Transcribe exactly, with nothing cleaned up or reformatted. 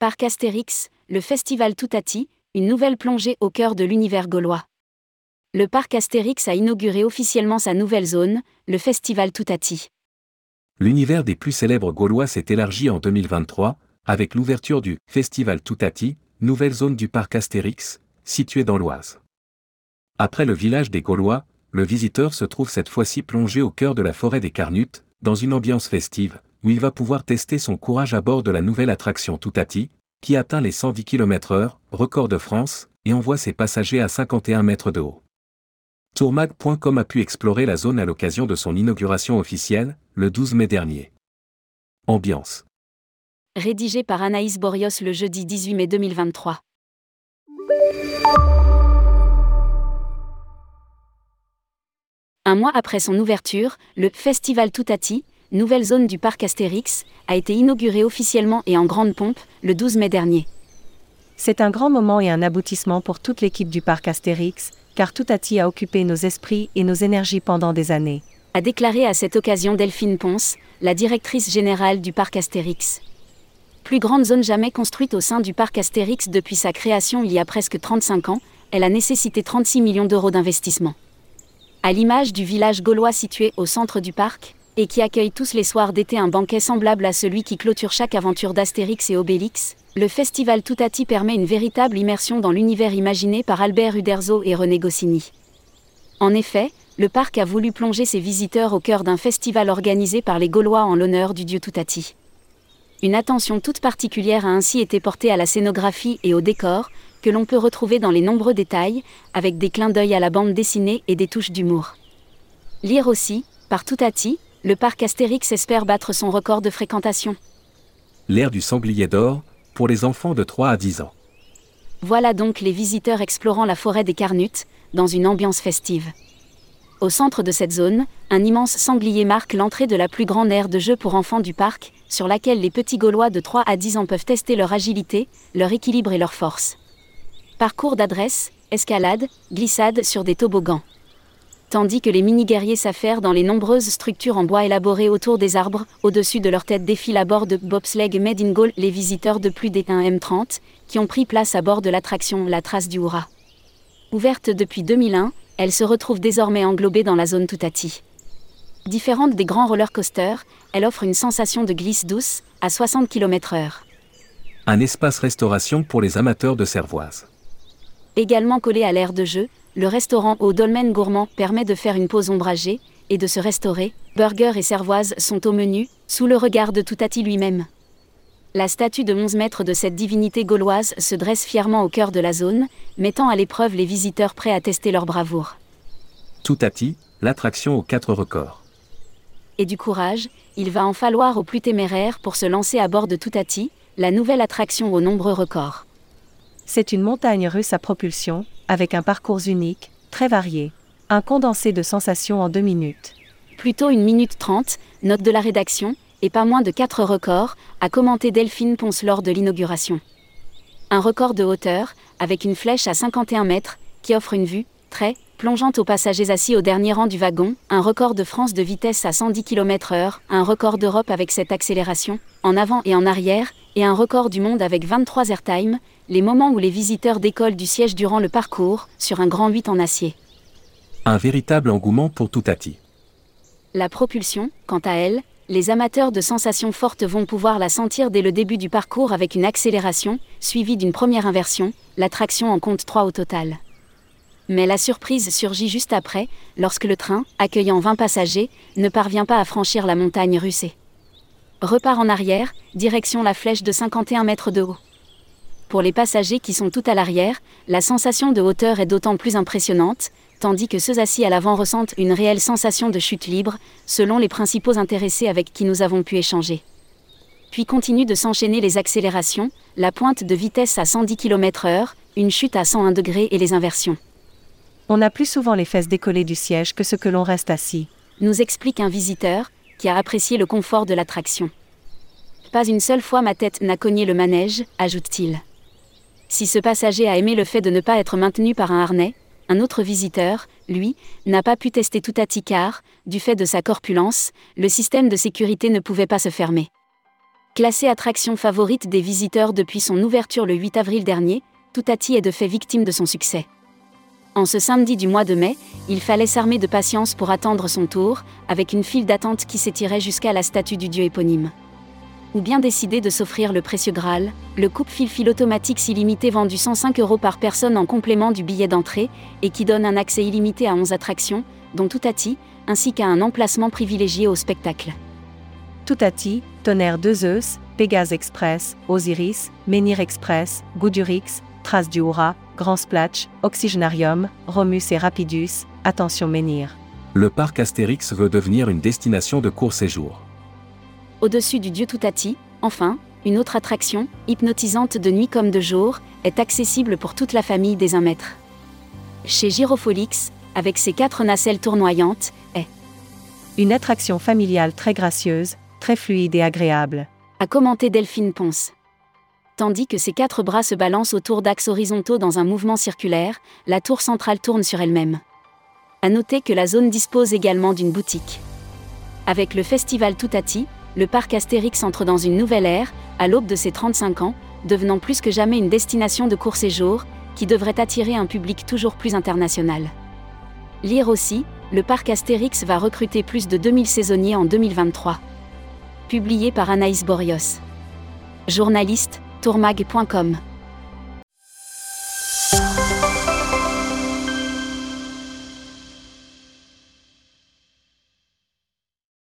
Parc Astérix, le festival Toutati, une nouvelle plongée au cœur de l'univers gaulois. Le parc Astérix a inauguré officiellement sa nouvelle zone, le festival Toutati. L'univers des plus célèbres gaulois s'est élargi en deux mille vingt-trois, avec l'ouverture du festival Toutati, nouvelle zone du parc Astérix, située dans l'Oise. Après le village des Gaulois, le visiteur se trouve cette fois-ci plongé au cœur de la forêt des Carnutes, dans une ambiance festive, où il va pouvoir tester son courage à bord de la nouvelle attraction Toutati, qui atteint les cent dix kilomètres heure, record de France, et envoie ses passagers à cinquante et un mètres de haut. Tourmag point com a pu explorer la zone à l'occasion de son inauguration officielle, le douze mai dernier. Ambiance. Rédigé par Anaïs Borios le jeudi dix-huit mai deux mille vingt-trois. Un mois après son ouverture, le Festival Toutati, nouvelle zone du parc Astérix, a été inauguré officiellement et en grande pompe, le douze mai dernier. C'est un grand moment et un aboutissement pour toute l'équipe du parc Astérix, car Toutati a occupé nos esprits et nos énergies pendant des années. A déclaré à cette occasion Delphine Ponce, la directrice générale du parc Astérix. Plus grande zone jamais construite au sein du parc Astérix depuis sa création il y a presque trente-cinq ans, elle a nécessité trente-six millions d'euros d'investissement. À l'image du village gaulois situé au centre du parc, et qui accueille tous les soirs d'été un banquet semblable à celui qui clôture chaque aventure d'Astérix et Obélix, le festival Toutati permet une véritable immersion dans l'univers imaginé par Albert Uderzo et René Goscinny. En effet, le parc a voulu plonger ses visiteurs au cœur d'un festival organisé par les Gaulois en l'honneur du dieu Toutati. Une attention toute particulière a ainsi été portée à la scénographie et au décor, que l'on peut retrouver dans les nombreux détails, avec des clins d'œil à la bande dessinée et des touches d'humour. Lire aussi, par Toutati, le parc Astérix espère battre son record de fréquentation. L'ère du sanglier d'or, pour les enfants de trois à dix ans. Voilà donc les visiteurs explorant la forêt des Carnutes, dans une ambiance festive. Au centre de cette zone, un immense sanglier marque l'entrée de la plus grande aire de jeu pour enfants du parc, sur laquelle les petits Gaulois de trois à dix ans peuvent tester leur agilité, leur équilibre et leur force. Parcours d'adresse, escalade, glissade sur des toboggans. Tandis que les mini-guerriers s'affairent dans les nombreuses structures en bois élaborées autour des arbres, au-dessus de leur tête défilent à bord de bobsleigh Made in Gaul les visiteurs de plus des un mètre trente, qui ont pris place à bord de l'attraction La Trace du Hourra. Ouverte depuis deux mille un, elle se retrouve désormais englobée dans la zone Toutati. Différente des grands roller coasters, elle offre une sensation de glisse douce, à soixante kilomètres heure. Un espace restauration pour les amateurs de cervoise. Également collé à l'aire de jeu, le restaurant au dolmen gourmand permet de faire une pause ombragée et de se restaurer. Burgers et cervoises sont au menu, sous le regard de Toutati lui-même. La statue de onze mètres de cette divinité gauloise se dresse fièrement au cœur de la zone, mettant à l'épreuve les visiteurs prêts à tester leur bravoure. Toutati, l'attraction aux quatre records. Et du courage, il va en falloir aux plus téméraires pour se lancer à bord de Toutati, la nouvelle attraction aux nombreux records. C'est une montagne russe à propulsion, avec un parcours unique, très varié. Un condensé de sensations en deux minutes. Plutôt une minute trente, note de la rédaction, et pas moins de quatre records, a commenté Delphine Ponce lors de l'inauguration. Un record de hauteur, avec une flèche à cinquante et un mètres, qui offre une vue, très, plongeante aux passagers assis au dernier rang du wagon, un record de France de vitesse à cent dix kilomètres heure, un record d'Europe avec cette accélération, en avant et en arrière, et un record du monde avec vingt-trois airtime, les moments où les visiteurs décollent du siège durant le parcours, sur un grand huit en acier. Un véritable engouement pour Toutati. La propulsion, quant à elle, les amateurs de sensations fortes vont pouvoir la sentir dès le début du parcours avec une accélération, suivie d'une première inversion, l'attraction en compte trois au total. Mais la surprise surgit juste après, lorsque le train, accueillant vingt passagers, ne parvient pas à franchir la montagne russée. Repart en arrière, direction la flèche de cinquante et un mètres de haut. Pour les passagers qui sont tout à l'arrière, la sensation de hauteur est d'autant plus impressionnante, tandis que ceux assis à l'avant ressentent une réelle sensation de chute libre, selon les principaux intéressés avec qui nous avons pu échanger. Puis continuent de s'enchaîner les accélérations, la pointe de vitesse à cent dix kilomètres heure, une chute à cent un degré et les inversions. On a plus souvent les fesses décollées du siège que ce que l'on reste assis. Nous explique un visiteur, qui a apprécié le confort de l'attraction. Pas une seule fois ma tête n'a cogné le manège, ajoute-t-il. Si ce passager a aimé le fait de ne pas être maintenu par un harnais, un autre visiteur, lui, n'a pas pu tester Toutati car, du fait de sa corpulence, le système de sécurité ne pouvait pas se fermer. Classée attraction favorite des visiteurs depuis son ouverture le huit avril dernier, Toutati est de fait victime de son succès. En ce samedi du mois de mai, il fallait s'armer de patience pour attendre son tour, avec une file d'attente qui s'étirait jusqu'à la statue du dieu éponyme. Ou bien décider de s'offrir le précieux Graal, le coupe-fil-fil automatique illimité vendu cent cinq euros par personne en complément du billet d'entrée, et qui donne un accès illimité à onze attractions, dont Toutati, ainsi qu'à un emplacement privilégié au spectacle. Toutati, Tonnerre de Zeus, Pégase Express, Osiris, Menhir Express, Goudurix, Trace du Hura, Grand Splash, Oxygénarium, Romus et Rapidus, attention Menhir. Le parc Astérix veut devenir une destination de court séjour. Au-dessus du dieu Toutati, enfin, une autre attraction, hypnotisante de nuit comme de jour, est accessible pour toute la famille des un mètre. Chez Gyrofolix, avec ses quatre nacelles tournoyantes, est une attraction familiale très gracieuse, très fluide et agréable, a commenté Delphine Ponce. Tandis que ses quatre bras se balancent autour d'axes horizontaux dans un mouvement circulaire, la tour centrale tourne sur elle-même. À noter que la zone dispose également d'une boutique. Avec le festival Toutati, le parc Astérix entre dans une nouvelle ère, à l'aube de ses trente-cinq ans, devenant plus que jamais une destination de court séjour, qui devrait attirer un public toujours plus international. Lire aussi, le parc Astérix va recruter plus de deux mille saisonniers en deux mille vingt-trois. Publié par Anaïs Borios. Journaliste, tourmag point com.